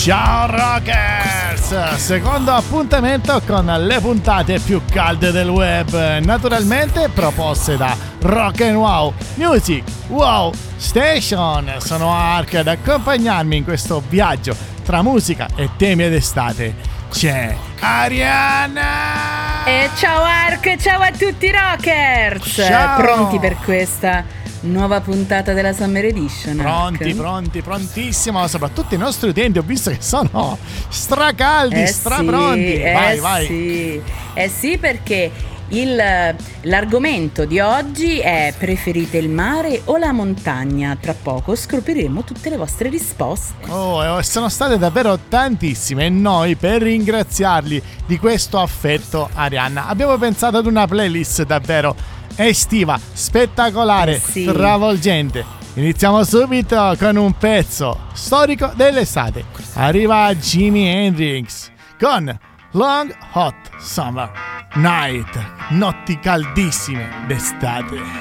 Ciao Rockers! Secondo appuntamento con le puntate più calde del web, naturalmente proposte da Rock and Wow Music Wow Station. Sono Ark ad accompagnarmi in questo viaggio tra musica e temi d'estate. C'è Arianna! E ciao Ark, ciao a tutti Rockers! Ciao. Pronti per questa nuova puntata della Summer Edition? Prontissimo, soprattutto i nostri utenti ho visto che sono stracaldi, strapronti. Vai. Sì, perché l'argomento di oggi è: preferite il mare o la montagna? Tra poco scopriremo tutte le vostre risposte. Sono state davvero tantissime e noi, per ringraziarli di questo affetto, Arianna, abbiamo pensato ad una playlist davvero estiva, spettacolare, travolgente. Iniziamo subito con un pezzo storico dell'estate. Arriva Jimi Hendrix con Long Hot Summer Night, notti caldissime d'estate.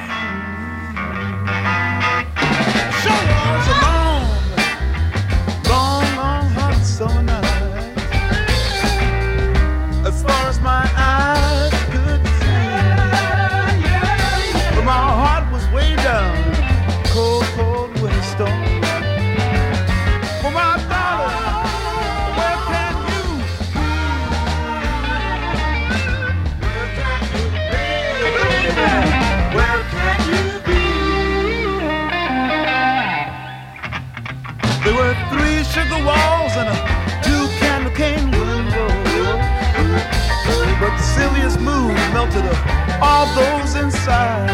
Sugar walls and a 2-candle cane window, but the silliest mood melted all those inside.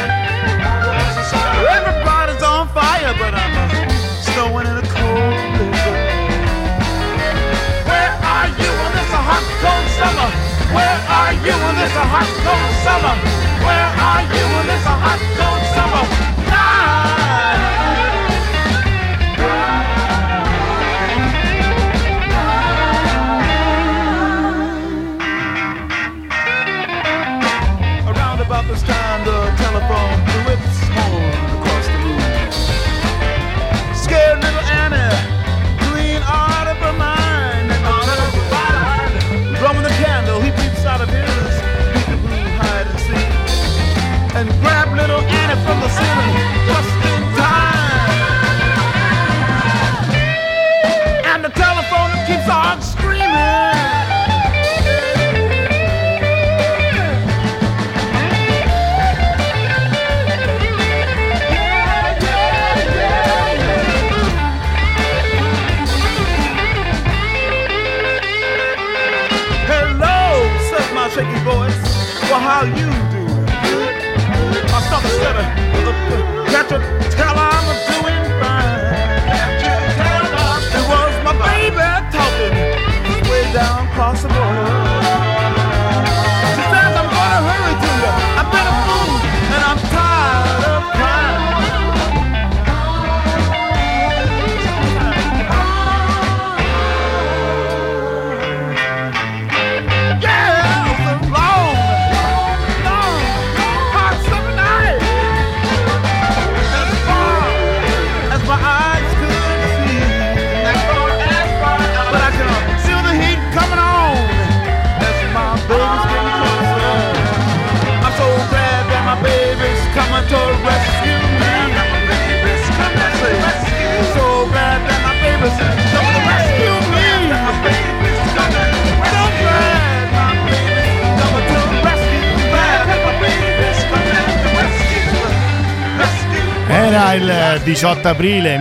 Everybody's on fire, but I'm snowing in a cold blizzard. Where are you in this hot, cold summer? Where are you in this hot, cold summer? Where are you in this hot, cold summer night? About this time the telephone blew its horn across the room. Scared little Annie, clean out of her mind, drumming the candle, he peeps out of his peekaboo hide and seek, and grabbed little Annie from the ceiling just in time. And the telephone keeps on screaming. Shaky voice, well, how you doing? My stomach stutter, can't you tell I'm doing fine? It was my baby talking, way down across the border. She says I'm gonna hurry to you, I've been a fool, and I'm tired of crying. Coming to rescue me. So glad that my baby's coming to rescue me. So glad my baby's coming to rescue me. My baby's coming to rescue. Era il 18 aprile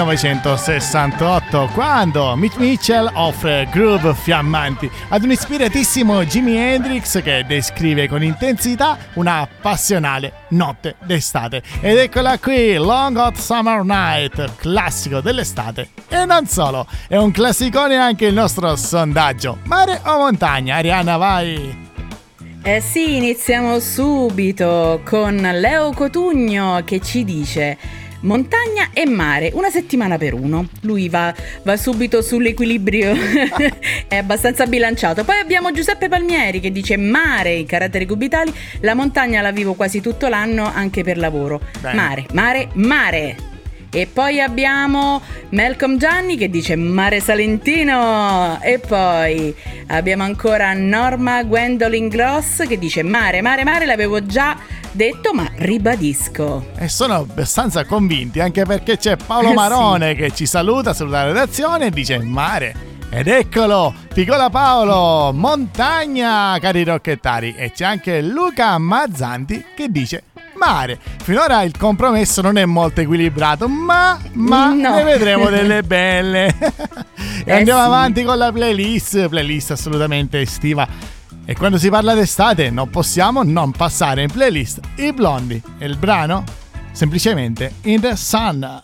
1968 quando Mitch Mitchell offre groove fiammanti ad un ispiratissimo Jimi Hendrix che descrive con intensità una passionale notte d'estate. Ed eccola qui, Long Hot Summer Night, classico dell'estate. E non solo, è un classicone anche il nostro sondaggio. Mare o montagna? Arianna, vai! Sì, iniziamo subito con Leo Cotugno che ci dice: montagna e mare, una settimana per uno. Lui va subito sull'equilibrio, è abbastanza bilanciato. Poi abbiamo Giuseppe Palmieri che dice mare, in caratteri cubitali, la montagna la vivo quasi tutto l'anno anche per lavoro. Bene. Mare. E poi abbiamo Malcolm Gianni che dice Mare Salentino. E poi abbiamo ancora Norma Gwendolyn Gross che dice mare, l'avevo già detto ma ribadisco. E sono abbastanza convinti, anche perché c'è Paolo Marone sì, che ci saluta la redazione e dice mare. Ed eccolo, Piccola Paolo, montagna, cari rocchettari. E c'è anche Luca Mazzanti che dice mare. Finora il compromesso non è molto equilibrato, ma no, ne vedremo delle belle. E andiamo avanti con la playlist assolutamente estiva. E quando si parla d'estate non possiamo non passare in playlist i Blondie e il brano semplicemente In the Sun.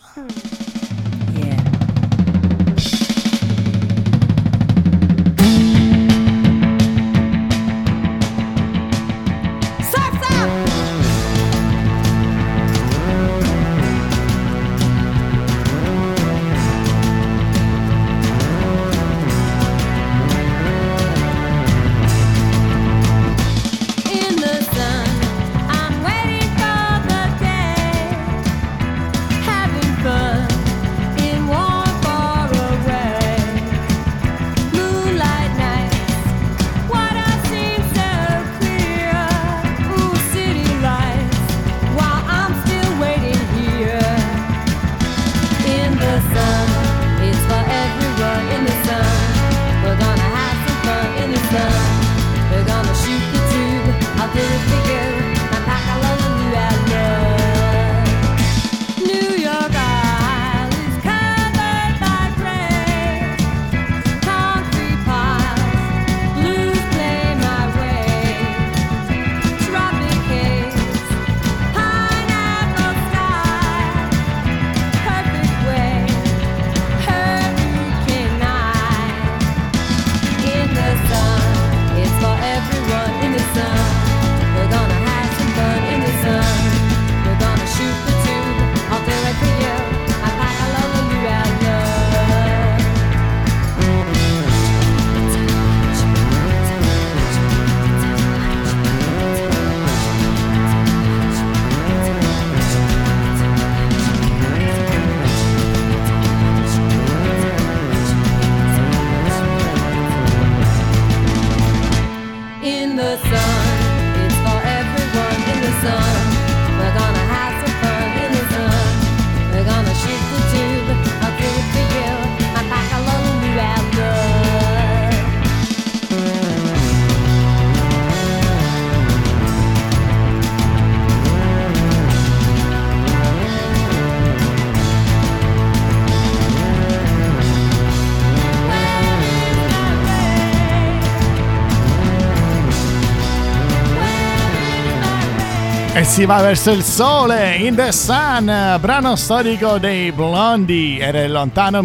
E si va verso il sole, In the Sun, brano storico dei Blondie. Era il lontano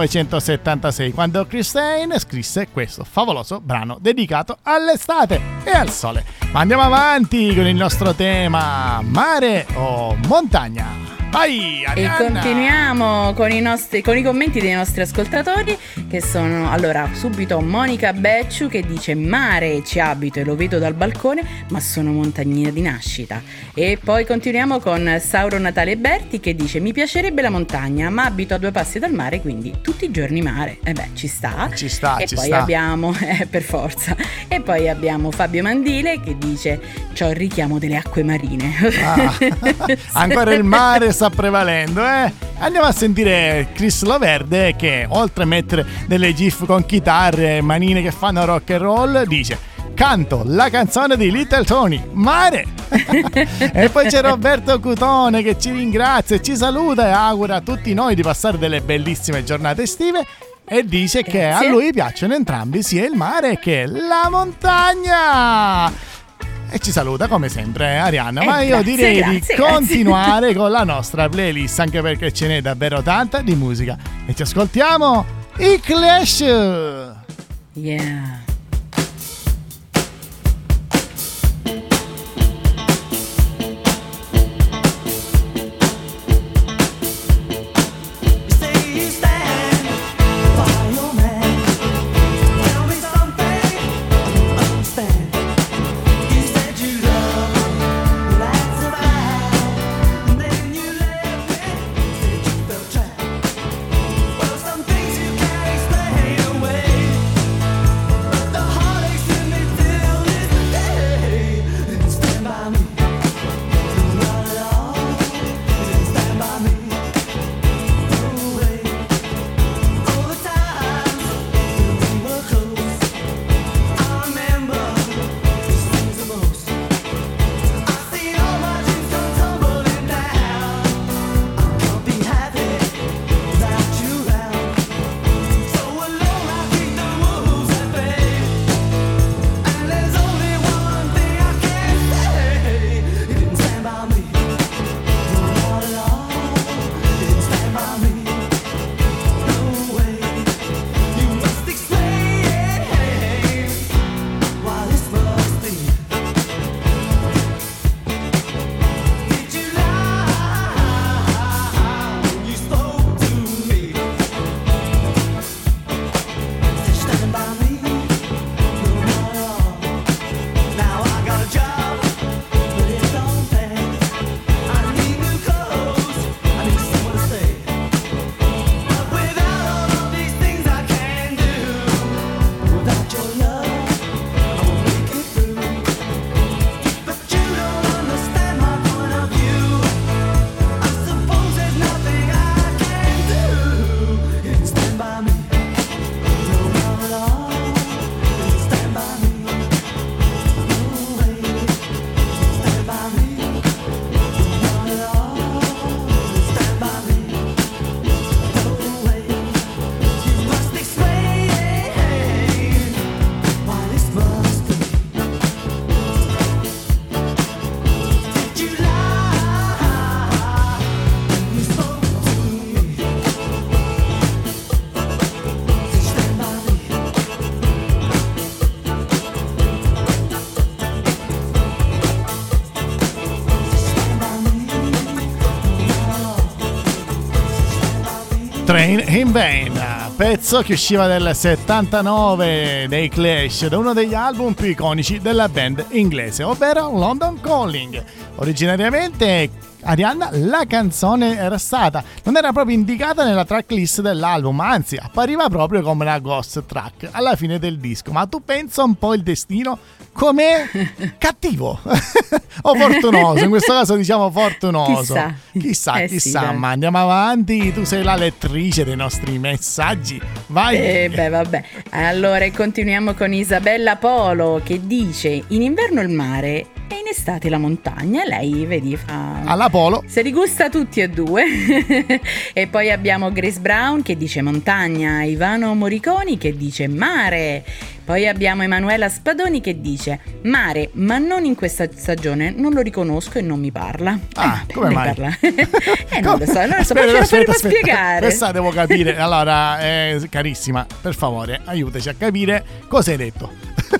1976 quando Chris Stein scrisse questo favoloso brano dedicato all'estate e al sole. Ma andiamo avanti con il nostro tema, mare o montagna. Vai, Arianna. E continuiamo con i commenti dei nostri ascoltatori, che sono allora subito Monica Becciu che dice mare ci abito e lo vedo dal balcone, ma sono montagnina di nascita. E poi continuiamo con Sauro Natale Berti che dice mi piacerebbe la montagna ma abito a 2 passi dal mare, quindi tutti i giorni mare. E beh, ci sta. E poi abbiamo per forza. E poi abbiamo Fabio Mandile che dice c'ho il richiamo delle acque marine. Ancora il mare sta prevalendo, eh? Andiamo a sentire Chris Loverde che oltre a mettere delle gif con chitarre e manine che fanno rock and roll dice canto la canzone di Little Tony, mare. E poi c'è Roberto Cutone che ci ringrazia e ci saluta e augura a tutti noi di passare delle bellissime giornate estive e dice che a lui piacciono entrambi sia il mare che la montagna. E ci saluta come sempre Arianna, ma io direi di continuare con la nostra playlist, anche perché ce n'è davvero tanta di musica. E ci ascoltiamo i Clash. Yeah. The Train in Vain, pezzo che usciva del 79 dei Clash, da uno degli album più iconici della band inglese, ovvero London Calling. Originariamente, Arianna, la canzone non era proprio indicata nella tracklist dell'album, anzi appariva proprio come una ghost track alla fine del disco. Ma tu pensa un po' il destino com'è cattivo o fortunoso, in questo caso diciamo fortunoso, chissà, ma andiamo avanti, tu sei la lettrice dei nostri messaggi, vai. Vabbè, allora continuiamo con Isabella Polo che dice: in inverno il mare e in estate la montagna. Lei, vedi, fa alla Polo, se li gusta tutti e due. E poi abbiamo Grace Brown che dice montagna, Ivano Morriconi che dice mare, poi abbiamo Emanuela Spadoni che dice mare, ma non in questa stagione, non lo riconosco e non mi parla. Come mai? Parla? Non lo so, aspetta, spiegare. Questa devo capire. Allora, carissima, per favore, aiutaci a capire cosa hai detto.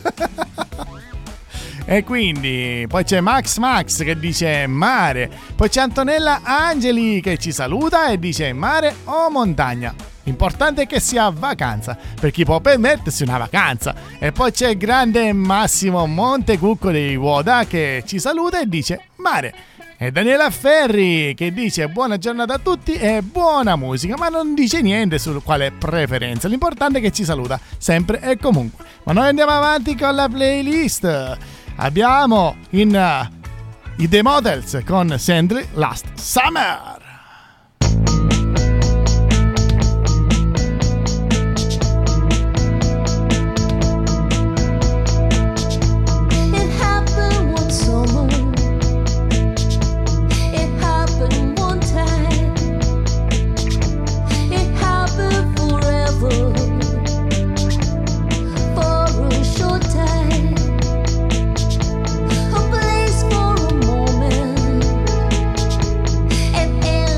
E quindi poi c'è Max che dice mare, poi c'è Antonella Angeli che ci saluta e dice mare o montagna. L'importante è che sia vacanza, per chi può permettersi una vacanza. E poi c'è il grande Massimo Montecucco dei Woda che ci saluta e dice mare. E Daniela Ferri che dice buona giornata a tutti e buona musica, ma non dice niente su quale preferenza. L'importante è che ci saluta sempre e comunque. Ma noi andiamo avanti con la playlist. Abbiamo i The Models con Sandry Last Summer. A place for a moment, and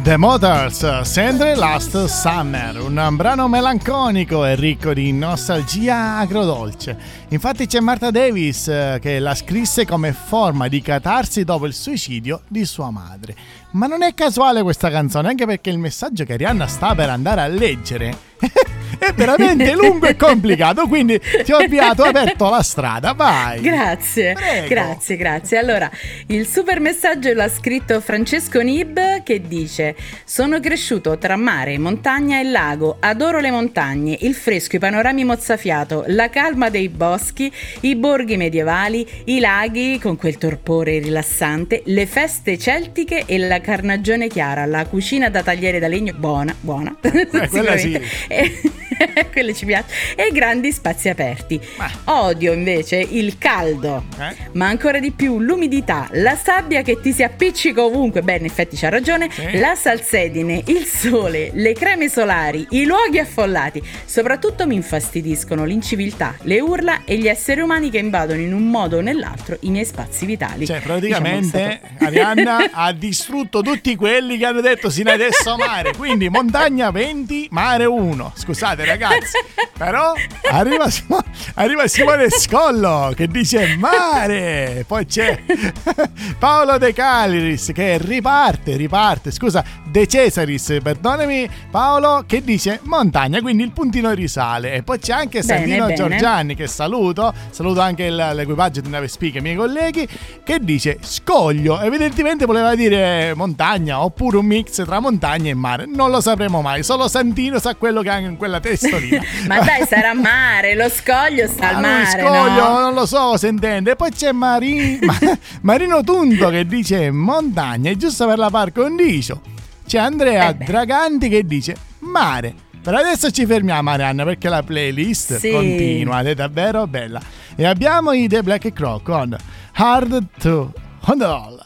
The Motors, Sandre Last Summer, un brano melanconico e ricco di nostalgia agrodolce. Infatti c'è Martha Davis che la scrisse come forma di catarsi dopo il suicidio di sua madre. Ma non è casuale questa canzone, anche perché il messaggio che Arianna sta per andare a leggere è veramente lungo e complicato, quindi ti ho aperto la strada, vai. Grazie. Prego. Grazie. Allora, il super messaggio l'ha scritto Francesco Nib, che dice: sono cresciuto tra mare, montagna e lago, adoro le montagne, il fresco, i panorami mozzafiato, la calma dei boschi, i borghi medievali, i laghi con quel torpore rilassante, le feste celtiche e la carnagione chiara, la cucina da tagliere da legno buona quella sì. Quelle ci piace. E grandi spazi aperti. Odio invece il caldo, ma ancora di più l'umidità, la sabbia che ti si appiccica ovunque. Beh, in effetti c'ha ragione, sì. La salsedine, il sole, le creme solari, i luoghi affollati. Soprattutto mi infastidiscono l'inciviltà, le urla e gli esseri umani che invadono in un modo o nell'altro i miei spazi vitali. Cioè praticamente Arianna ha distrutto tutti quelli che hanno detto sino adesso mare, quindi montagna 20, mare 1. Scusate ragazzi, però arriva Simone Scollo che dice mare, poi c'è Paolo De Caliris che riparte, scusa, De Cesaris, perdonami Paolo, che dice montagna, quindi il puntino risale. E poi c'è anche Santino Giorgiani, che saluto anche l'equipaggio di Nave Spica, i miei colleghi, che dice scoglio, evidentemente voleva dire montagna oppure un mix tra montagna e mare, non lo sapremo mai, solo Santino sa quello che ha in quella testolina. Ma dai, sarà mare, lo scoglio sta al mare, scoglio, no? Non lo so se intende. E poi c'è Marino Tunto che dice montagna, è giusto per la par condicio. C'è Andrea Draganti che dice mare. Per adesso ci fermiamo, Arianna, perché la playlist continua ed è davvero bella. E abbiamo i The Black Crow con Hard to Handle.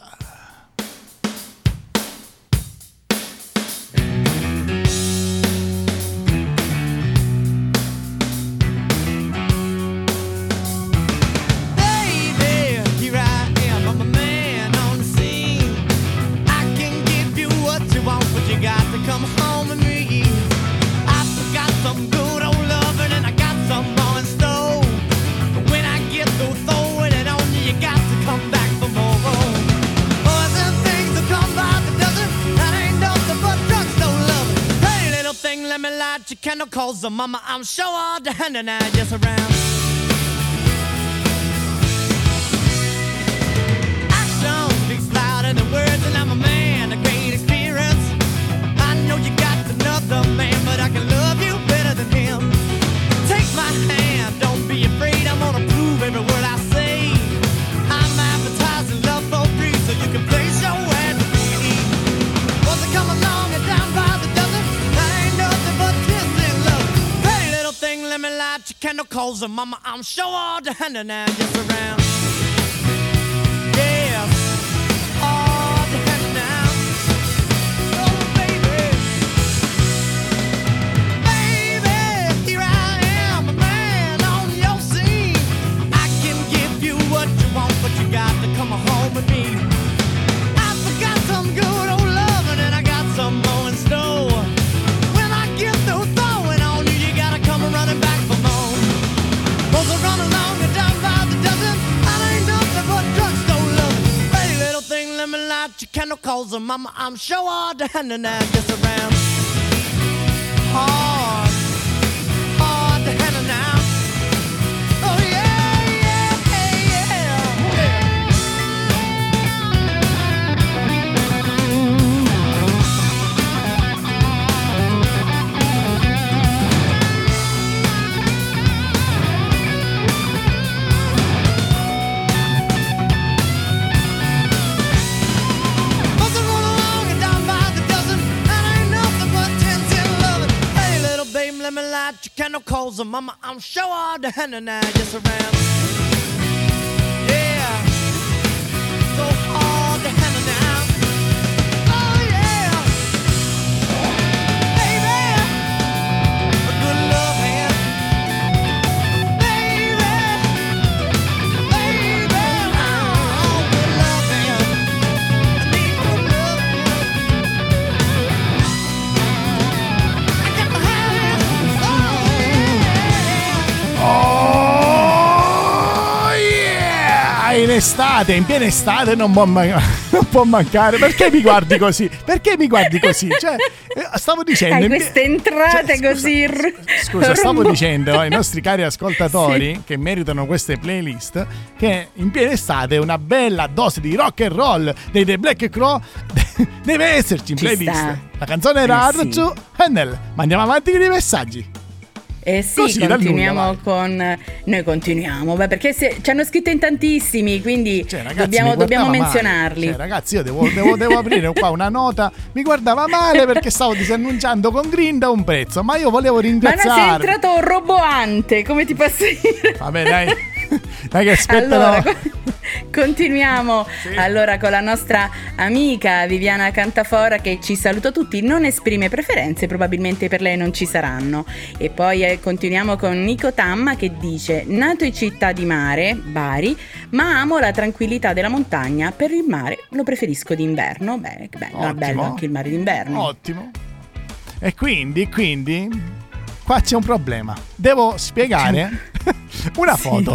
Candle calls the mama, I'm sure all the hand and I just around. Action speaks louder than words, and I'm a man, a great experience. I know you got another man, but I can love you better than him. Take my hand, don't be afraid, I'm gonna prove every word I say. I'm advertising love for free, so you can place your ad to me. Once I come along and down by the dozen, I ain't nothing but thing, let me light your candle calls and mama, I'm sure all the hand and I just around. Yeah, all the hand now. Oh baby, baby, here I am, a man on your scene. I can give you what you want, but you got to come home with me. I forgot some good old loving and I got some more in store. When I get through throwing on you, you gotta come running back for more. Both are run along and down by the dozen. I ain't nothing but drugstore loving. Hey little thing, let me light your candle calls and mama, I'm sure all the hand and I just around. Hard the hand now. Oh yeah, yeah, yeah, let me light your candle calls and mama, I'm sure all the hand and I just around. Yeah, so hard the hand now. Oh yeah, baby, a good love hand. Baby, oh, good love hand. I need good love hand. in piena estate non può mancare. Perché mi guardi così? Cioè, stavo dicendo... Hai queste entrate così... Scusa, stavo dicendo ai nostri cari ascoltatori che meritano queste playlist che in piena estate una bella dose di rock and roll dei The Black Crow deve esserci in playlist. La canzone era Hard to Handle. Ma andiamo avanti con i messaggi. Sì, Così, continuiamo con... Noi continuiamo, perché ci hanno scritto in tantissimi, quindi ragazzi, dobbiamo menzionarli. Ragazzi, io devo aprire qua una nota. Mi guardava male perché stavo disannunciando con Grinda un prezzo, ma io volevo ringraziare. Ma sei entrato roboante, come ti posso dire? Vabbè, dai che aspetta. Allora, continuiamo allora con la nostra amica Viviana Cantafora, che ci saluta tutti, non esprime preferenze, probabilmente per lei non ci saranno. E poi continuiamo con Nico Tamma, che dice: nato in città di mare, Bari, ma amo la tranquillità della montagna, per il mare lo preferisco d'inverno. Bene, che bello, è bello anche il mare d'inverno. Ottimo. E quindi qua c'è un problema. Devo spiegare una foto.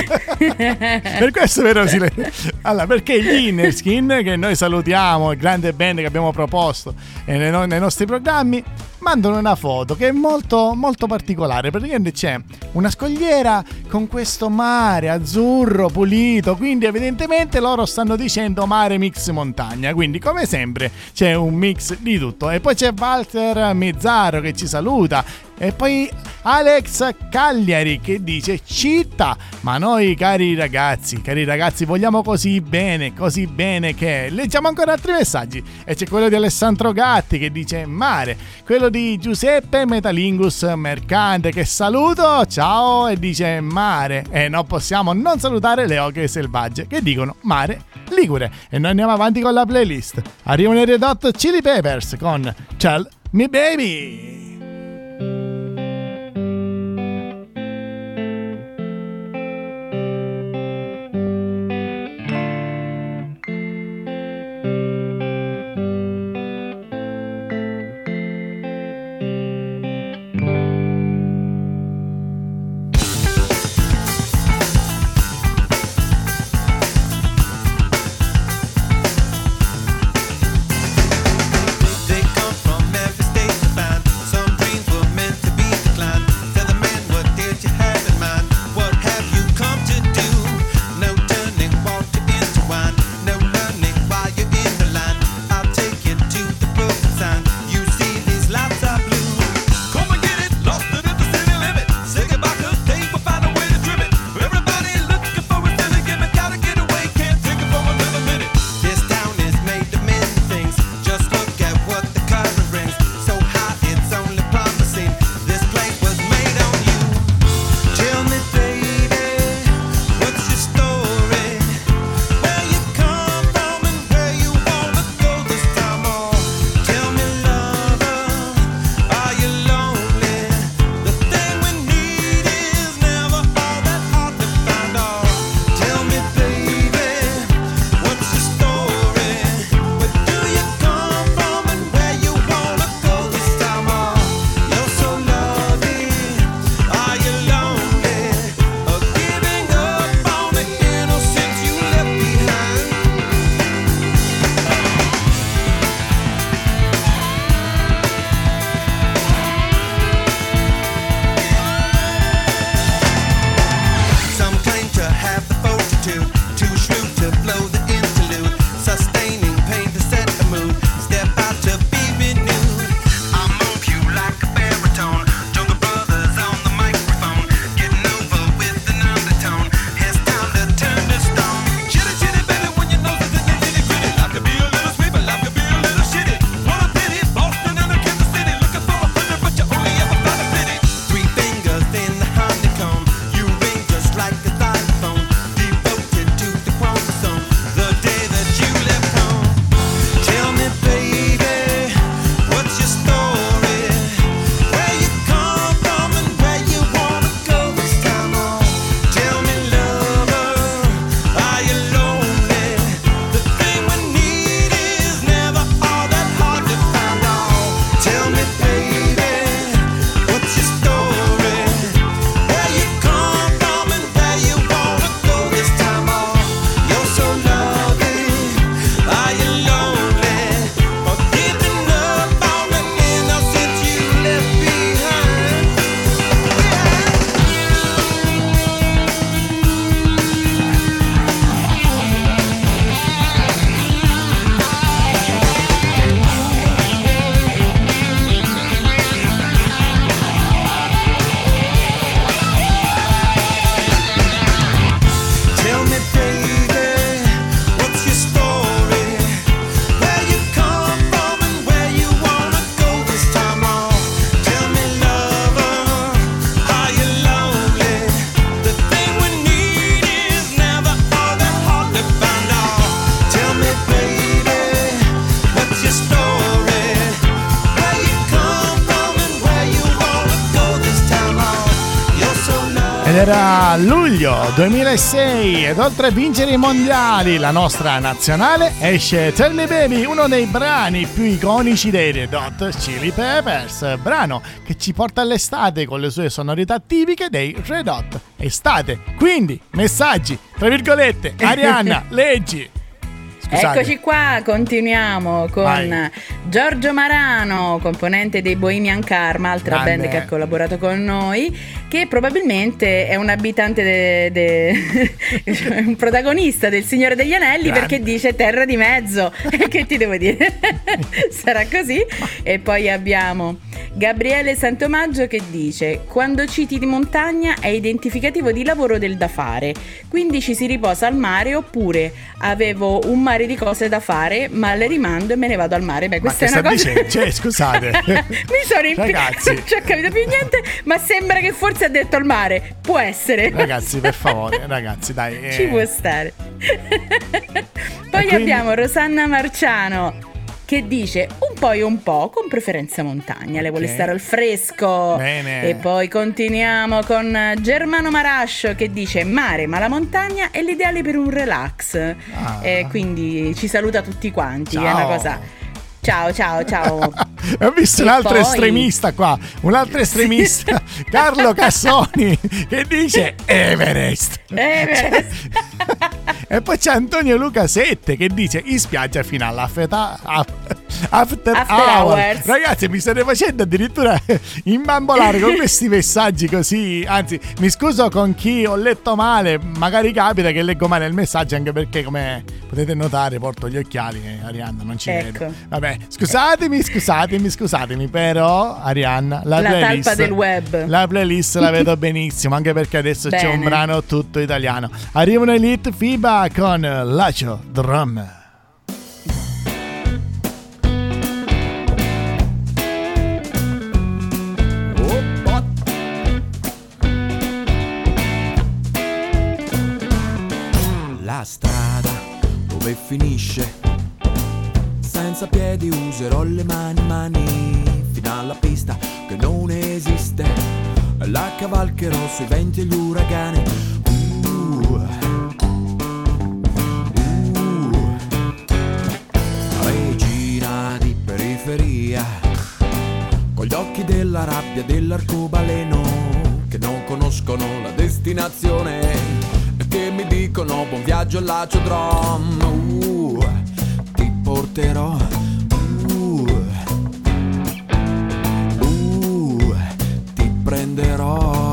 Per questo vero allora, perché gli Innerskin, che noi salutiamo, il grande band che abbiamo proposto nei nostri programmi, mandano una foto che è molto molto particolare. Praticamente c'è una scogliera con questo mare azzurro pulito, quindi evidentemente loro stanno dicendo mare mix montagna, quindi come sempre c'è un mix di tutto. E poi c'è Walter Mizzaro che ci saluta, e poi Alex Cagliari che dice città, ma noi cari ragazzi vogliamo così bene che leggiamo ancora altri messaggi. E c'è quello di Alessandro Gatti che dice mare, quello di Giuseppe Metalingus Mercante che saluto, ciao, e dice mare. E non possiamo non salutare le Oche Selvagge che dicono mare Ligure. E noi andiamo avanti con la playlist. Arrivano i Red Hot Chili Peppers con Tell Me Baby. They come from every state to find Era luglio 2006 ed oltre a vincere i mondiali, la nostra nazionale esce Tell Me Baby, uno dei brani più iconici dei Red Hot Chili Peppers, brano che ci porta all'estate con le sue sonorità tipiche dei Red Hot. Estate, quindi messaggi, tra virgolette, Arianna, leggi. Scusate. Eccoci qua, continuiamo con Vai. Giorgio Marano, componente dei Bohemian Karma, altra Grande. band che ha collaborato con noi, che probabilmente è un abitante un protagonista del Signore degli Anelli, Grande. perché dice terra di mezzo. Che ti devo dire? Sarà così. E poi abbiamo Gabriele Santomaggio che dice: quando citi di montagna è identificativo di lavoro del da fare, quindi ci si riposa al mare, oppure avevo un mare di cose da fare ma le rimando e me ne vado al mare. Beh, questa è una cosa Cioè, scusate. mi sono Ragazzi. non ci ho capito più niente, ma sembra che forse ha detto al mare. Può essere. Ragazzi, per favore, ragazzi, dai. Ci può stare. Poi quindi? abbiamo Rosanna Marciano che dice un po' e un po', con preferenza montagna, le vuole Ok. stare al fresco. Bene. E poi continuiamo con Germano Marascio che dice mare, ma la montagna è l'ideale per un relax. Ah. E quindi ci saluta tutti quanti. È Ciao. una cosa. Ciao, ciao, ciao. Ho visto E un altro poi- estremista qua, un altro estremista, Carlo Cassoni, che dice Everest. E poi c'è Antonio Luca 7 che dice in spiaggia fino all'after hour. Hours. Ragazzi, mi state facendo addirittura imbambolare con questi messaggi così. Anzi, mi scuso con chi ho letto male, magari capita che leggo male il messaggio, anche perché, come potete notare, porto gli occhiali e Arianna non ci Ecco. vede. Vabbè, scusatemi, però Arianna, la playlist, talpa del web. la playlist la vedo benissimo, anche perché adesso c'è un Bene. brano tutto italiano. Arrivano Elite FIBA con Lacio Drum. La strada dove finisce, senza piedi userò le mani fino alla pista che non esiste, la cavalcherò sui venti e gli uragani. Regina di periferia, con gli occhi della rabbia dell'arcobaleno, che non conoscono la destinazione e che mi dicono buon viaggio Lacio Drum. Ti porterò, ti prenderò.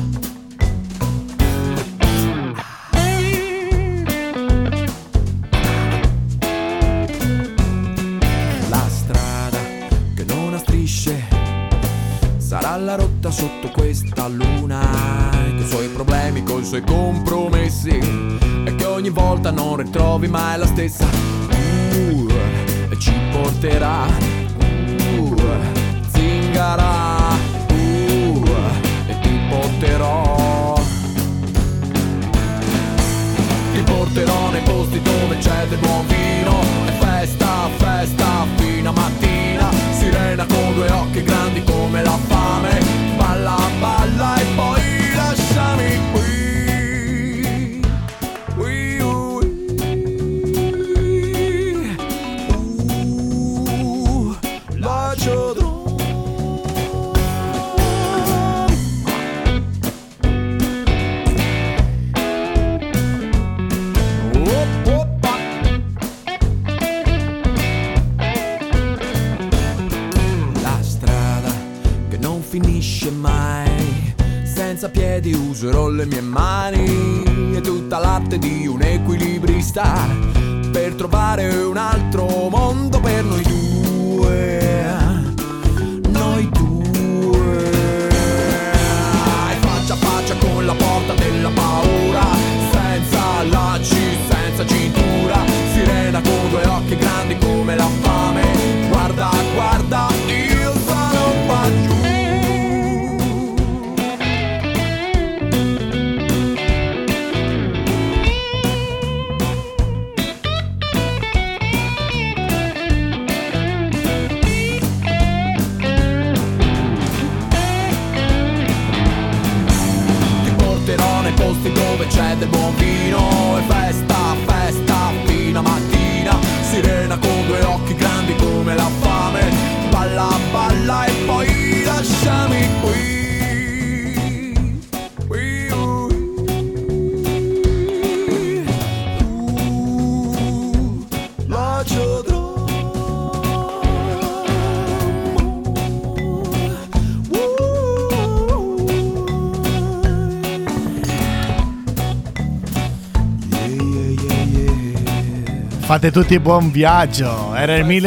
La strada che non ha strisce sarà la rotta sotto questa luna, con i suoi problemi, con i suoi compromessi, e che ogni volta non ritrovi mai la stessa. E ci porterà, zingara, e ti porterò. Ti porterò nei posti dove c'è del buon vino, e festa, festa fino a mattina. Sirena con due occhi grandi come la fame, balla, balla e poi lasciami qui. Lacio Drum. La strada che non finisce mai, senza piedi userò le mie mani e tutta l'arte di un equilibrista per trovare un altro mondo per noi due, noi due. E faccia a faccia con la porta della paura, senza lacci, senza cintura. Sirena con due occhi grandi come la fame, guarda, guarda, io sono qua giù. c'è del buon vino e festa, festa fino a mattina. Sirena con due occhi grandi come la fame, balla, balla e poi lasciami qui. Fate tutti buon viaggio. Era il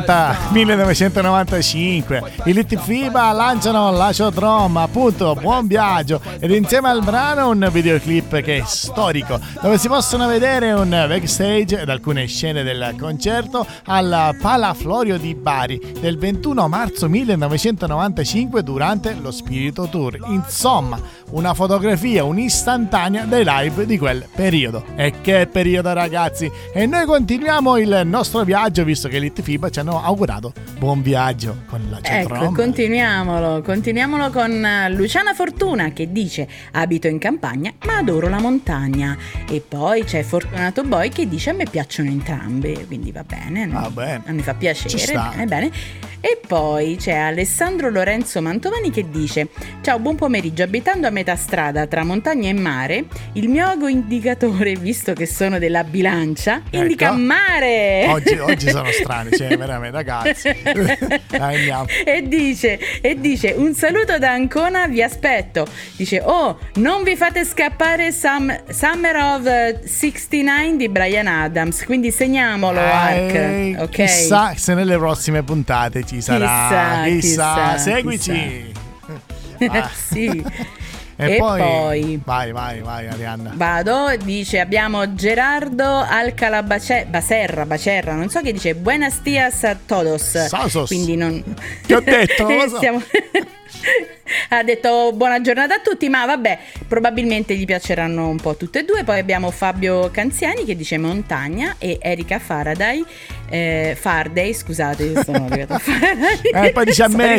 1995. I Litfiba lanciano Laciodrome, appunto, buon viaggio. Ed insieme al brano un videoclip che è storico, dove si possono vedere un backstage ed alcune scene del concerto al Palaflorio di Bari del 21 marzo 1995 durante lo Spirito Tour. Insomma, una fotografia, un'istantanea dei live di quel periodo. E che periodo, ragazzi! E noi continuiamo il nostro viaggio, visto che Litfiba ci hanno augurato buon viaggio con la Laciodrome. Ecco, continuiamolo con Luciana Fortuna che dice: abito in campagna ma adoro la montagna. E poi c'è Fortunato Boy che dice: a me piacciono entrambe, quindi va bene, no? Mi fa piacere, bene. E poi c'è Alessandro Lorenzo Mantovani che dice: ciao, buon pomeriggio, abitando a metà strada tra montagna e mare, il mio ago indicatore, visto che sono della bilancia, indica mare. Oggi sono strani, cioè veramente, ragazzi. Andiamo. E dice: un saluto da Ancona, vi aspetto. Dice: oh, non vi fate scappare Summer of 69 di Bryan Adams, quindi segniamolo, Ark, ok? Chissà se nelle prossime puntate ci sarà, chissà. Seguici. Sì. E poi vai Arianna. Vado, dice: abbiamo Gerardo Alcala Bacerra, non so che dice: buenos dias a todos. Sasos. Quindi non... Che ho detto? Non lo so. Ha detto buona giornata a tutti, ma vabbè, probabilmente gli piaceranno un po' tutte e due. Poi abbiamo Fabio Canziani che dice montagna, e Erika Farday, scusate, sono arrivata a Faraday. Poi dice a me,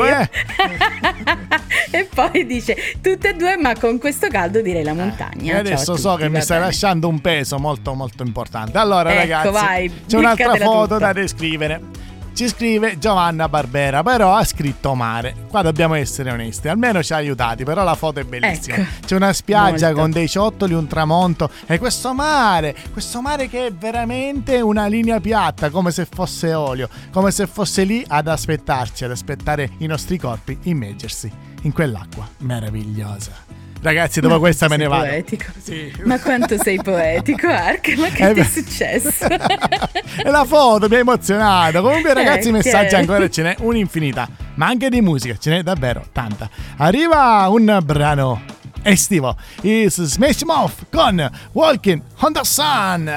e poi dice tutte e due, ma con questo caldo direi la montagna. E adesso tutti, so che mi stai lasciando un peso molto molto importante. Allora, ecco, ragazzi, vai, c'è un'altra foto tutta da descrivere. Ci scrive Giovanna Barbera, però ha scritto mare. Qua dobbiamo essere onesti, almeno ci ha aiutati, però la foto è bellissima. Ecco. C'è una spiaggia Molto. con dei ciottoli, un tramonto e questo mare che è veramente una linea piatta, come se fosse olio, come se fosse lì ad aspettare i nostri corpi immergersi in quell'acqua meravigliosa. Ragazzi, dopo questa me ne vado. Poetico. Sì. Ma quanto sei poetico, Ark? Ma che ti è successo? E la foto mi ha emozionato. Comunque, ragazzi, messaggi ancora ce n'è un'infinità, ma anche di musica ce n'è davvero tanta. Arriva un brano estivo, is Smash Mouth con Walking on the Sun.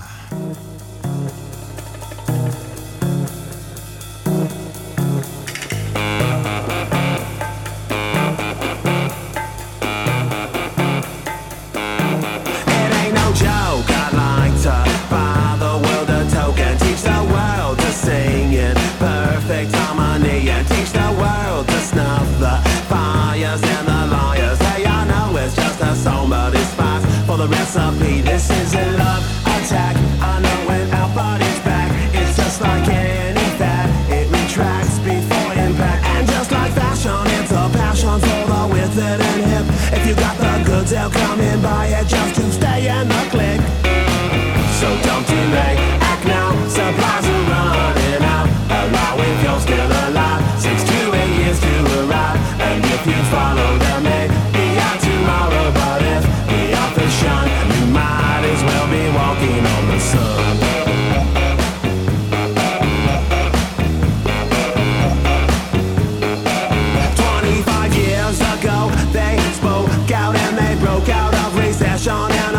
Recipe. This is a love attack. I know when our body's back, it's just like any fat. It retracts before impact, and just like fashion, it's a passion for the withered and hip. If you got the goods, they'll come and buy it just to stay in the clique. So don't delay, act now. Supplies are running out. Allow if you're still alive. 6 to 8 years to arrive, and if you follow them, may be out tomorrow. But if the author shine, you might as well be walking on the sun. Years ago, they spoke out and they broke out of recession and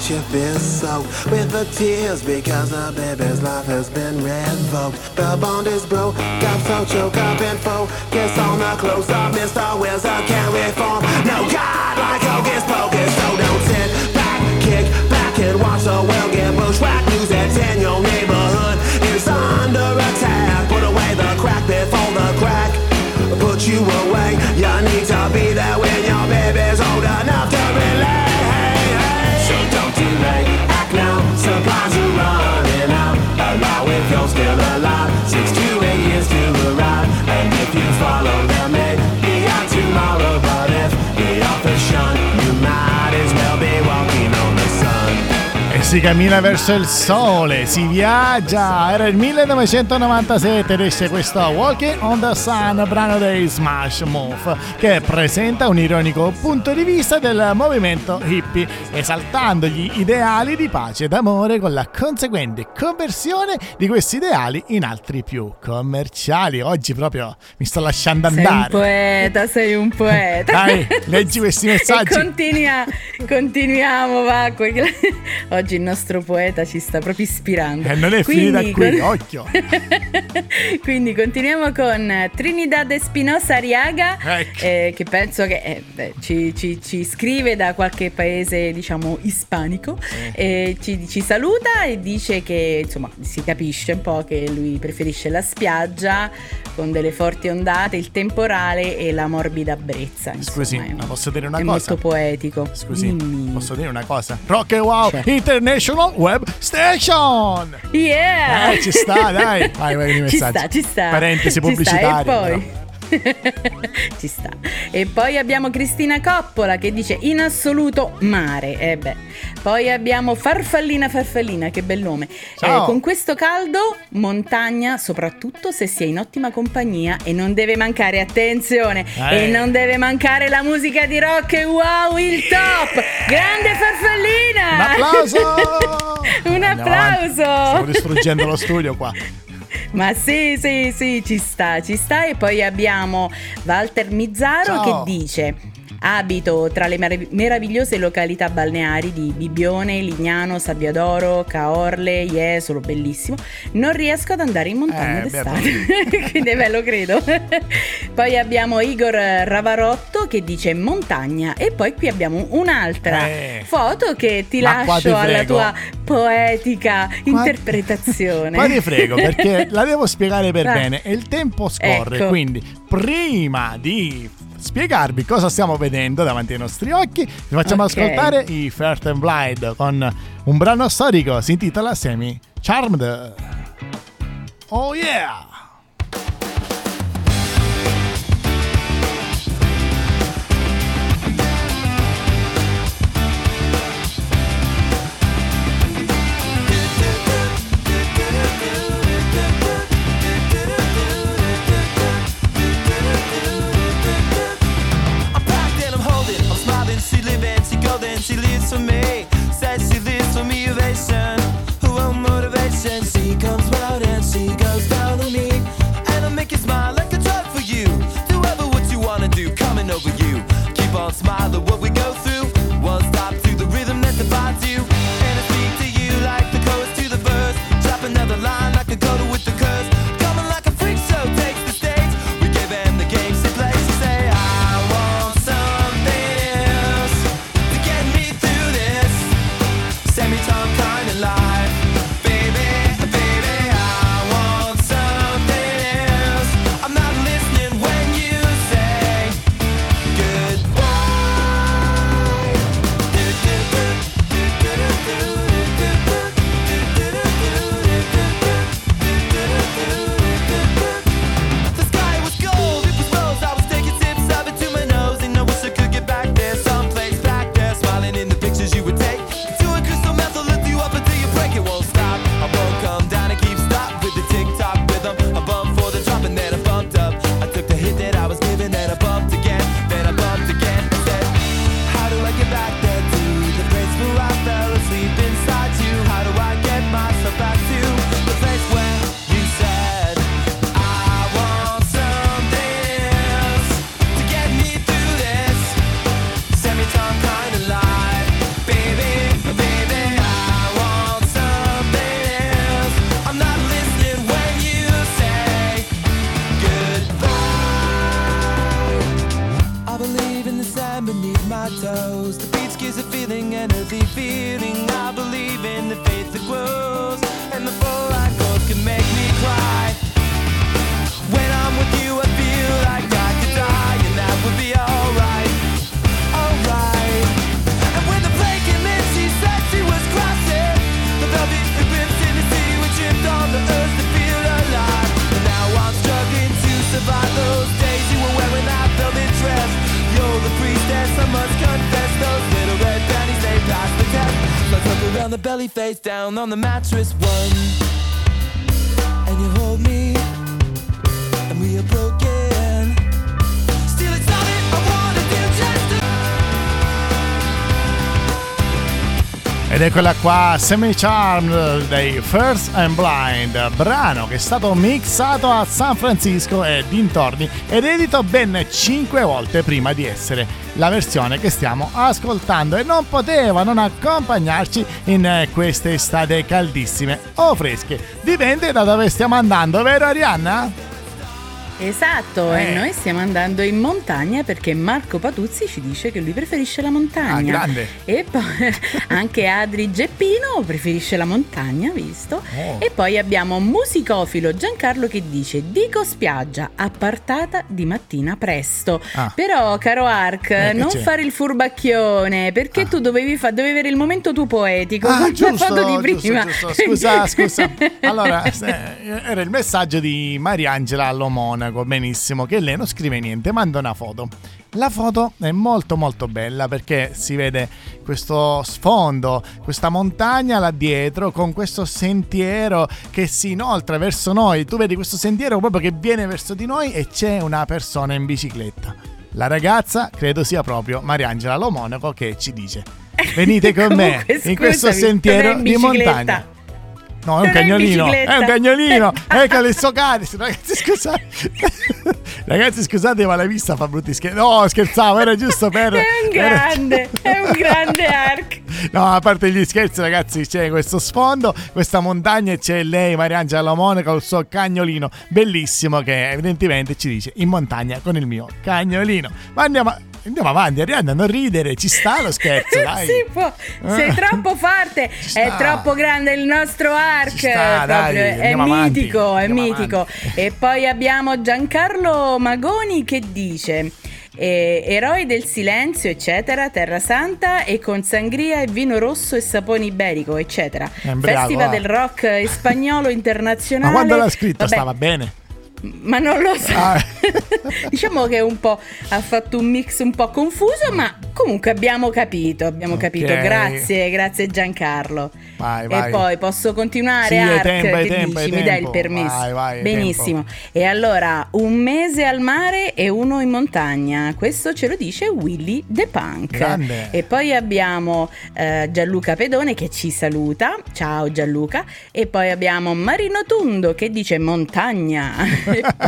your fist soaked with the tears because the baby's life has been revoked. The bond is broke, got so choke up and focus on the close up. Mr. Wizard can't reform. No God like Hocus Pocus, so don't sit back, kick back and watch the world get bushwhacked. News that's in your neighborhood is under attack. Put away the crack before the crack put you away. You need to be there when your baby's old enough to relate. So don't delay, act now, supplies are running out. Allow if you're still alive, 6 to 8 years to arrive. And if you follow them, maybe out tomorrow. But if the offer's shun, you might as well be walking on the sun. E si cammina verso il sole, si viaggia. Era il 1997 ed esce questo Walking on the Sun, brano dei Smash Mouth, che presenta un ironico punto di vista del movimento hippie, esaltando gli ideali di pace ed amore con la conseguente conversione di questi ideali in altri più commerciali. Oggi proprio mi sto lasciando andare. Sei un poeta. Dai, leggi questi messaggi. E continuiamo, va. Oggi il nostro poeta ci sta proprio ispirando. E non è finita qui, occhio. Quindi continuiamo con Trinidad Espinosa Arriaga, ecco. Che penso che ci scrive da qualche paese, diciamo, ispanico. Ci saluta e dice che, insomma, si capisce un po' che lui preferisce la spiaggia con delle forti ondate, il temporale e la morbida brezza. Scusi, ma posso dire una cosa? È molto poetico. Scusi, posso dire una cosa? Rock and Wow International Web Station! Yeah! Ci sta, dai! Vai i messaggi. Ci sta. Parentesi pubblicitaria. E poi... ci sta. E poi abbiamo Cristina Coppola che dice in assoluto mare. Poi abbiamo Farfallina, che bel nome. Con questo caldo, montagna, soprattutto se si è in ottima compagnia, e non deve mancare, attenzione, e non deve mancare la musica di Rock e Wow, il top. Grande Farfallina! Un applauso! Stiamo distruggendo lo studio qua. Ma sì, ci sta. E poi abbiamo Walter Mizzaro che dice: abito tra le meravigliose località balneari di Bibbione, Lignano, Sabbiadoro, Caorle, Jesolo, bellissimo. Non riesco ad andare in montagna d'estate. Quindi lo credo. Poi abbiamo Igor Ravarotto che dice montagna. E poi qui abbiamo un'altra foto che ti lascio alla tua poetica interpretazione. Ma ti frego, perché la devo spiegare per bene e il tempo scorre. Ecco. Quindi prima di spiegarvi cosa stiamo vedendo davanti ai nostri occhi, vi facciamo ascoltare i Fair and Blind con un brano storico, si intitola Semi Charmed. Oh yeah! She lives for me, says she lives for me, ovation, who won't motivation. She comes round and she goes down on me, and I make you smile like a drug for you. Do ever what you wanna do, coming over you. Keep on smiling what we go through. One stop to the rhythm that divides you, and I speak to you like the chorus to the verse. Drop another line like a coda with the curse. Coming like a freak show takes the stage. We give them the game she plays. She say I want something else to get me through this semi-time kind of life. Baby, I want something else. I'm not listening when you say goodbye. on the belly face down on the mattress one. And you hold me, and we are broken. Still it's not it, I wanna do just Ed eccola qua, Semi Charmed dei First and Blind, brano che è stato mixato a San Francisco e dintorni ed edito ben 5 volte prima di essere la versione che stiamo ascoltando, e non poteva non accompagnarci in queste estate caldissime o fresche. Dipende da dove stiamo andando, vero Arianna? Esatto, e noi stiamo andando in montagna perché Marco Patuzzi ci dice che lui preferisce la montagna. Ah, grande. E poi anche Adri Geppino preferisce la montagna, visto? E poi abbiamo musicofilo Giancarlo che dice: dico spiaggia, appartata di mattina presto. Però, caro Ark, non c'è? fare il furbacchione, perché tu dovevi avere il momento tuo poetico. Con la foto di prima. Giusto. Scusa. Allora, era il messaggio di Mariangela Allomonaco, benissimo, che lei non scrive niente, manda una foto. La foto è molto molto bella perché si vede questo sfondo, questa montagna là dietro con questo sentiero che si inoltra verso noi. Tu vedi questo sentiero proprio che viene verso di noi e c'è una persona in bicicletta. La ragazza credo sia proprio Mariangela Lomonaco che ci dice: venite con me in questo sentiero di montagna. No, è un cagnolino, ecco le soccate. Ragazzi scusate, ma la vista fa brutti scherzi. No, scherzavo, era giusto per... È un grande Ark. No, a parte gli scherzi, ragazzi, c'è questo sfondo, questa montagna, e c'è lei, Mariangela Monaco, il suo cagnolino bellissimo che evidentemente ci dice: in montagna con il mio cagnolino. Ma andiamo avanti, Arianna, non ridere, ci sta lo scherzo, dai. Si può. Sei troppo forte, è troppo grande il nostro Ark, sta, dai, è mitico, è mitico. E poi abbiamo Giancarlo Magoni che dice: eroi del silenzio, eccetera, Terra Santa e con sangria e vino rosso e sapone iberico, eccetera. Bravo, Festival del rock spagnolo internazionale. Ma quando l'ha scritto? Vabbè, stava bene? ma non lo so. Diciamo che ha fatto un mix un po' confuso, ma comunque abbiamo capito. Grazie Giancarlo. Vai. E poi posso continuare, sì, Ark? Tempo, mi dai il permesso? Vai, benissimo. E allora, un mese al mare e uno in montagna, questo ce lo dice Willy The Punk. Grande. E poi abbiamo Gianluca Pedone che ci saluta, ciao Gianluca. E poi abbiamo Marino Tundo che dice montagna.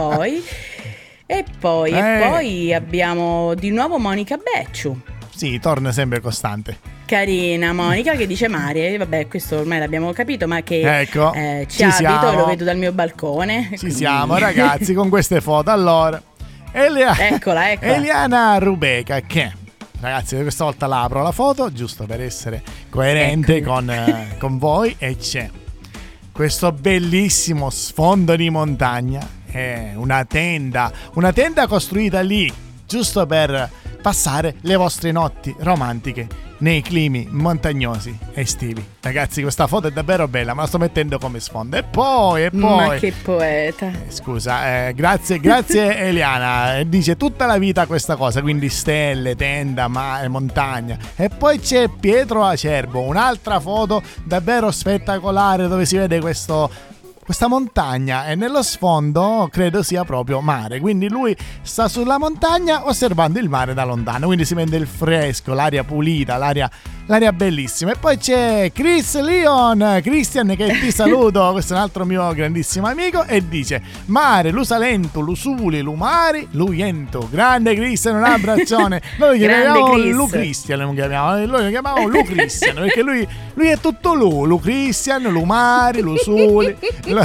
E poi abbiamo di nuovo Monica Becciu. Sì, torna sempre costante. Carina Monica che dice mare, vabbè, questo ormai l'abbiamo capito, ma che ci abito siamo. E lo vedo dal mio balcone. Siamo ragazzi con queste foto. Allora, eccola. Eliana Rubeca che... Ragazzi, questa volta la apro la foto giusto per essere coerente con voi, e c'è questo bellissimo sfondo di montagna. È una tenda costruita lì giusto per passare le vostre notti romantiche nei climi montagnosi estivi. Ragazzi, questa foto è davvero bella, ma la sto mettendo come sfondo. E poi ma che poeta. Scusa, grazie Eliana. Dice tutta la vita questa cosa, quindi stelle, tenda, mare, montagna. E poi c'è Pietro Acerbo, un'altra foto davvero spettacolare dove si vede questa montagna e nello sfondo credo sia proprio mare, quindi lui sta sulla montagna osservando il mare da lontano, quindi si vede il fresco, l'aria pulita, l'aria bellissima. E poi c'è Christian che ti saluto, questo è un altro mio grandissimo amico, e dice: mare, lu salento, lu suli, lu mari, lu iento. Grande Christian, un abbraccione. Noi lo chiamiamo Lu Christian, noi lo chiamiamo Lu Christian perché lui è tutto Lu Christian, lu mari, lu suli.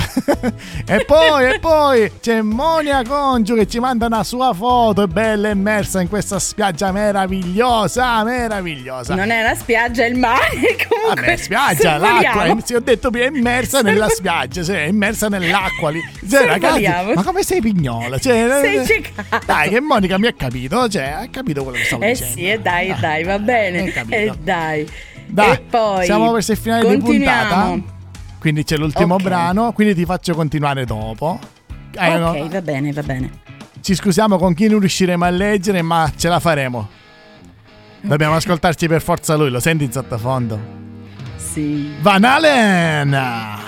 E poi c'è Monia Congiu che ci manda una sua foto, è bella, immersa in questa spiaggia meravigliosa. Non è una spiaggia, è il mare. Comunque, vabbè, spiaggia, l'acqua, ho detto è immersa nella spiaggia, è immersa nell'acqua lì. Ragazzi, ma come sei pignola? Sei ciecato. Dai, che Monica mi ha capito, ha capito quello che stavo dicendo. Sì, dai, va bene. Dai. E poi siamo verso il finale di puntata. Quindi c'è l'ultimo brano, quindi ti faccio continuare dopo. Ok, va bene. Ci scusiamo con chi non riusciremo a leggere, ma ce la faremo. Dobbiamo ascoltarci per forza lui, lo senti in sottofondo? Sì. Van Halen.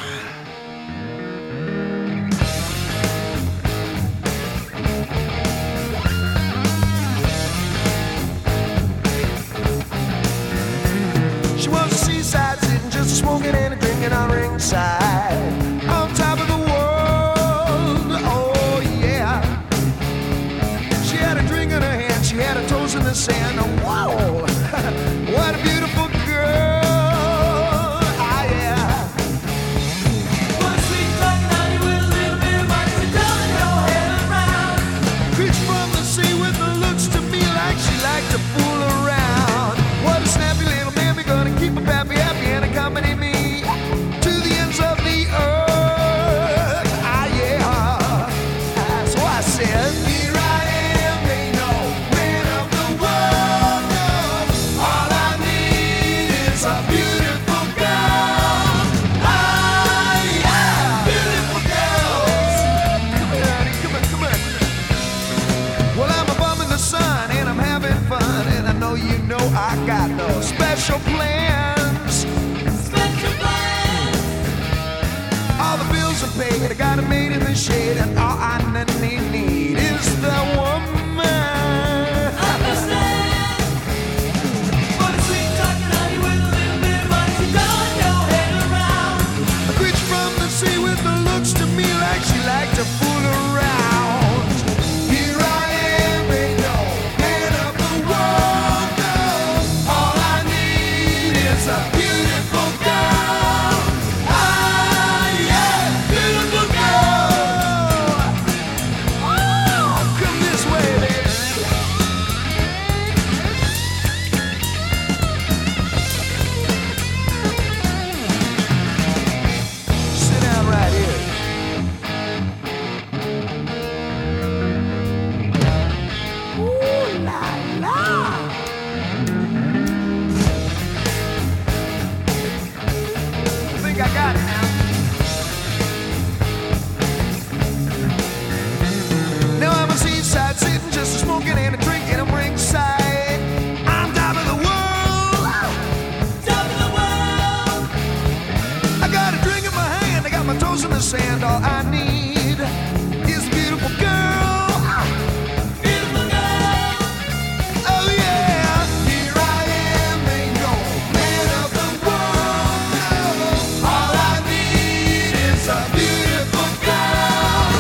She was a seaside sitting, just smoking and a drinking on ringside, on top of the world. Oh yeah. She had a drink in her hand, she had her toes in the sand. Oh, wow, what a beautiful girl. Ah yeah. One sweet like honey with a little bit of money, down your head around. Creature from the sea with the looks to me like she liked to fool around. What a snappy little mammy, gonna keep her pappy happy and accompany me to the ends of the earth. Ah yeah. So I said, here I am, they know, man of the world. No, all I need is a beautiful girl. Ah yeah, beautiful girls. Come here, honey, come on, come on. Well, I'm a bum in the sun and I'm having fun, and I know you know I got no special plans. Special plans. All the bills are paid, I got it made in the shade, and all I need is the woman. Understand? What a sweet talking honey with a little bit of money, she throwing your head around. A creature from the sea with the looks to me like she liked to fool around. Here I am, they know, man of the world. No, all I need is a beautiful girl. Ah yeah, beautiful girl. Oh, come this way, baby. Sit down right here. Ooh la la. I think I got it now. Now I'm a seaside sitting, just a smoking and a drinking. I'm ringside. I'm top of the world. Top of the world. I got a drink in my hand, I got my toes in the sand. All I need is a beautiful girl. Beautiful girl. Oh yeah. Here I am, they know, man of the world. No, all I need is a beautiful girl.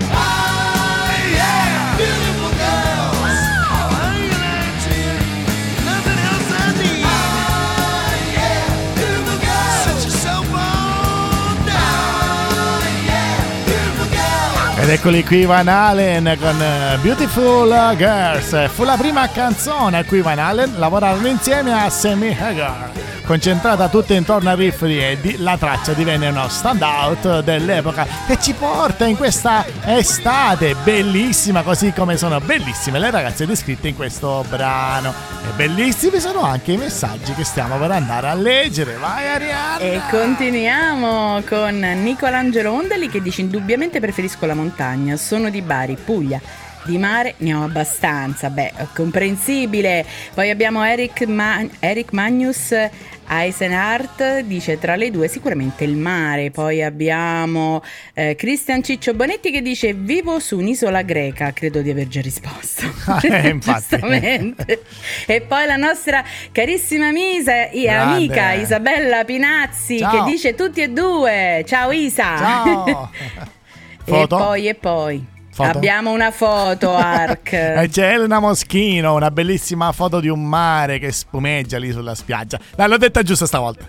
Ah yeah, beautiful girls. Oh, I ain't lying to you. Nothing else I need. Ah yeah, beautiful girls. Set yourself on down. Ah yeah, beautiful girls. Ed eccoli qui Van Halen con Beautiful Girls. Fu la prima canzone a cui Van Halen lavorarono insieme a Sammy Hagar. Concentrata tutta intorno al riff di Eddie, la traccia divenne uno standout dell'epoca che ci porta in questa estate bellissima, così come sono bellissime le ragazze descritte in questo brano. E bellissimi sono anche i messaggi che stiamo per andare a leggere. Vai Arianna! E continuiamo con Nicolangelo Ondali che dice: indubbiamente preferisco la montagna, sono di Bari, Puglia. Di mare ne ho abbastanza, beh, comprensibile. Poi abbiamo Eric Magnus Eisenhardt, dice tra le due sicuramente il mare. Poi abbiamo Cristian Ciccio Bonetti che dice vivo su un'isola greca, credo di aver già risposto. Giustamente. E poi la nostra carissima amica Isabella Pinazzi. Ciao. Che dice tutti e due. Ciao Isa. Ciao. Foto? E poi Foto? abbiamo una foto, Ark. E c'è Elena Moschino, una bellissima foto di un mare che spumeggia lì sulla spiaggia. Dai, l'ho detta giusta stavolta.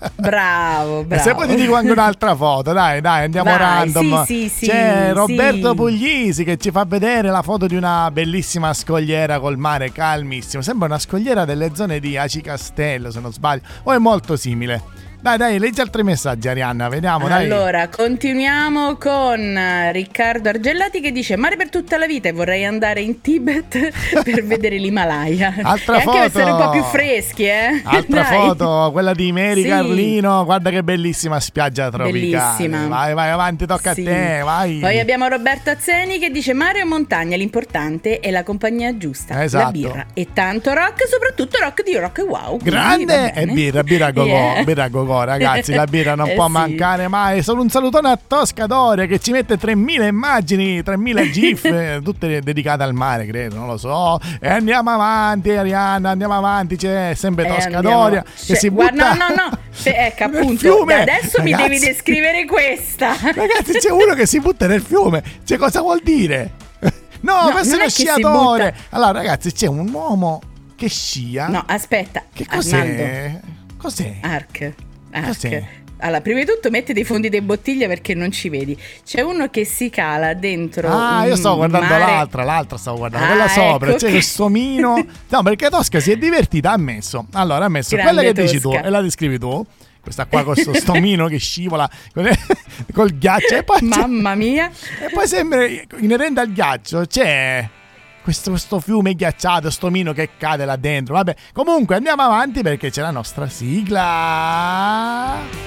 Bravo. E se poi ti dico anche un'altra foto, dai, andiamo Vai, random. sì, C'è Roberto sì. Puglisi che ci fa vedere la foto di una bellissima scogliera col mare calmissimo. Sembra una scogliera delle zone di Aci Castello, se non sbaglio, o è molto simile. Dai, leggi altri messaggi, Arianna, vediamo, dai. Allora, continuiamo con Riccardo Argellati che dice mare per tutta la vita e vorrei andare in Tibet per vedere l'Himalaya. Altra e foto. anche essere un po' più freschi, Altra Dai. foto, quella di Mary Sì. Carlino. Guarda che bellissima spiaggia tropicale. Bellissima. Vai avanti, tocca Sì. a te, vai. Poi abbiamo Roberto Azzeni che dice mare o montagna, l'importante è la compagnia giusta, Esatto. la birra e tanto rock, soprattutto rock di Rock e Wow. Quindi Grande va e bene. birra go-go, Yeah. birra go-go. cuore, ragazzi, la birra non può sì. mancare mai. Solo un salutone a Tosca Doria che ci mette 3000 immagini, 3000 gif, tutte dedicate al mare, credo, non lo so. E andiamo avanti, Arianna, andiamo avanti, c'è sempre Tosca Andiamo. Doria che si butta No. Ecco, nel appunto, fiume. adesso mi Ragazzi. devi descrivere questa. Ragazzi, c'è uno che si butta nel fiume. Cioè, cosa vuol dire? No, No, questo è non uno è che si sciatore. butta. Allora, ragazzi, c'è un uomo che scia. No, aspetta. Che Arnaldo. cos'è? Cos'è? Arc. Cos'è? Allora, prima di tutto metti dei fondi di bottiglia perché non ci vedi. C'è uno che si cala dentro. Io stavo guardando mare. l'altra stavo guardando, Ah, quella sopra, ecco c'è che- questo omino. No, perché Tosca si è divertita, ha messo. Allora, ha messo Grande quella che dici tu Tosca. e la descrivi tu. Questa qua con questo omino che scivola col ghiaccio e poi Mamma mia. e poi sembra inerente al ghiaccio c'è questo fiume ghiacciato, sto omino che cade là dentro. Vabbè, comunque andiamo avanti perché c'è la nostra sigla.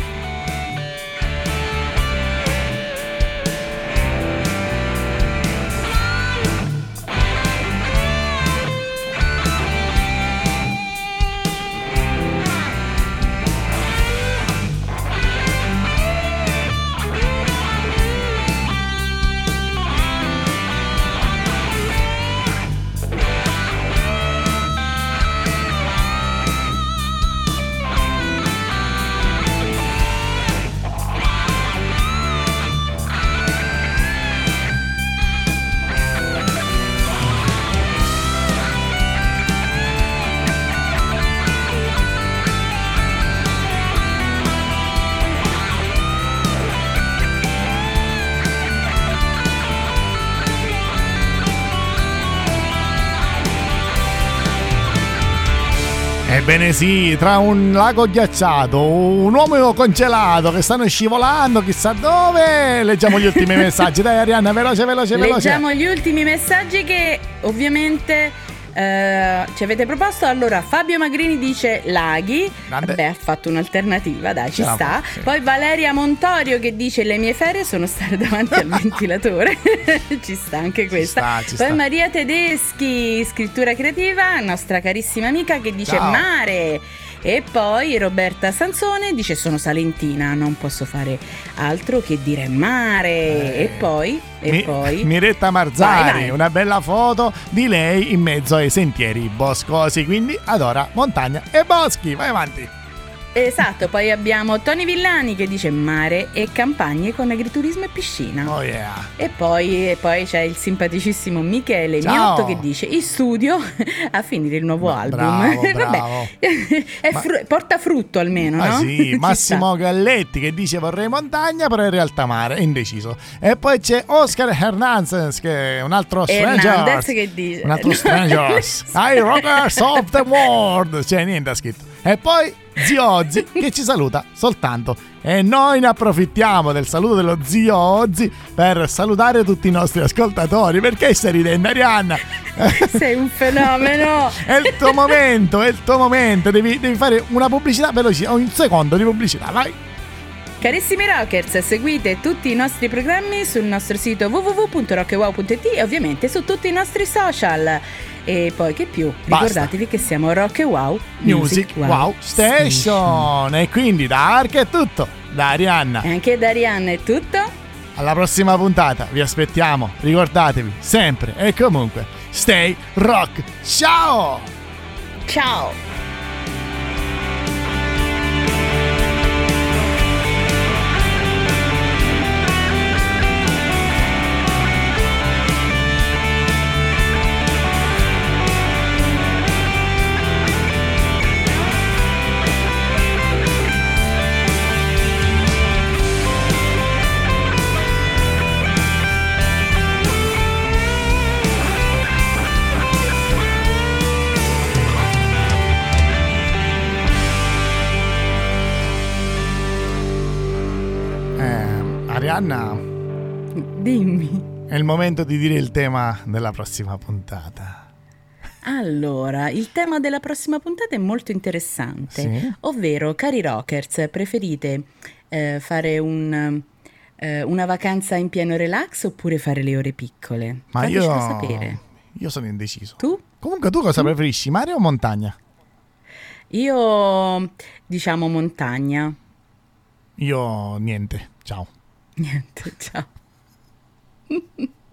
Ebbene sì, tra un lago ghiacciato, un uomo congelato che stanno scivolando chissà dove. Leggiamo gli ultimi messaggi. Dai Arianna, veloce. Leggiamo gli ultimi messaggi che ovviamente ci avete proposto. Allora, Fabio Magrini dice laghi. Grande. Vabbè, ha fatto un'alternativa, dai, ci Ce la sta. fa, sì. Poi Valeria Montorio che dice le mie ferie sono stare davanti al ventilatore. Ci sta anche questa. ci Poi sta. Maria Tedeschi, scrittura creativa, nostra carissima amica che dice Ciao. mare. E poi Roberta Sansone dice sono salentina, non posso fare altro che dire mare. E poi Miretta Marzari, Vai. una bella foto di lei in mezzo ai sentieri boscosi, quindi adora montagna e boschi. Vai avanti. Esatto, poi abbiamo Tony Villani che dice mare e campagne con agriturismo e piscina. Oh yeah. E poi c'è il simpaticissimo Michele Ciao. Miotto che dice in studio a finire il nuovo album. bravo. Vabbè, porta frutto almeno, Ah no? sì, Ci Massimo Galletti che dice vorrei montagna però in realtà mare, è indeciso. E poi c'è Oscar Hernandez che è un altro sta. stranger. Hernandez che dice Un altro strangers. I rockers of the world. Cioè niente ha scritto. E poi Zio Ozzy che ci saluta soltanto. E noi ne approfittiamo del saluto dello Zio Ozzy per salutare tutti i nostri ascoltatori. Perché stai ridendo, Arianna? Sei un fenomeno. È il tuo momento. Devi fare una pubblicità veloce, un secondo di pubblicità, vai. Carissimi rockers, seguite tutti i nostri programmi sul nostro sito www.rockewow.it e ovviamente su tutti i nostri social. E poi che più? Basta. Ricordatevi che siamo Rock e Wow Music Wow Station. E quindi da Arca è tutto, da Arianna. E anche da Arianna è tutto. Alla prossima puntata, vi aspettiamo. Ricordatevi sempre e comunque, stay rock. Ciao! Ciao! Arianna, Dimmi. è il momento di dire il tema della prossima puntata. Allora, il tema della prossima puntata è molto interessante, Sì. ovvero, cari rockers, preferite fare una vacanza in pieno relax oppure fare le ore piccole? Ma Fatecelo sapere. io sono indeciso. Tu? Comunque tu cosa preferisci, mare o montagna? Io diciamo montagna. Io niente, ciao. Niente, ciao.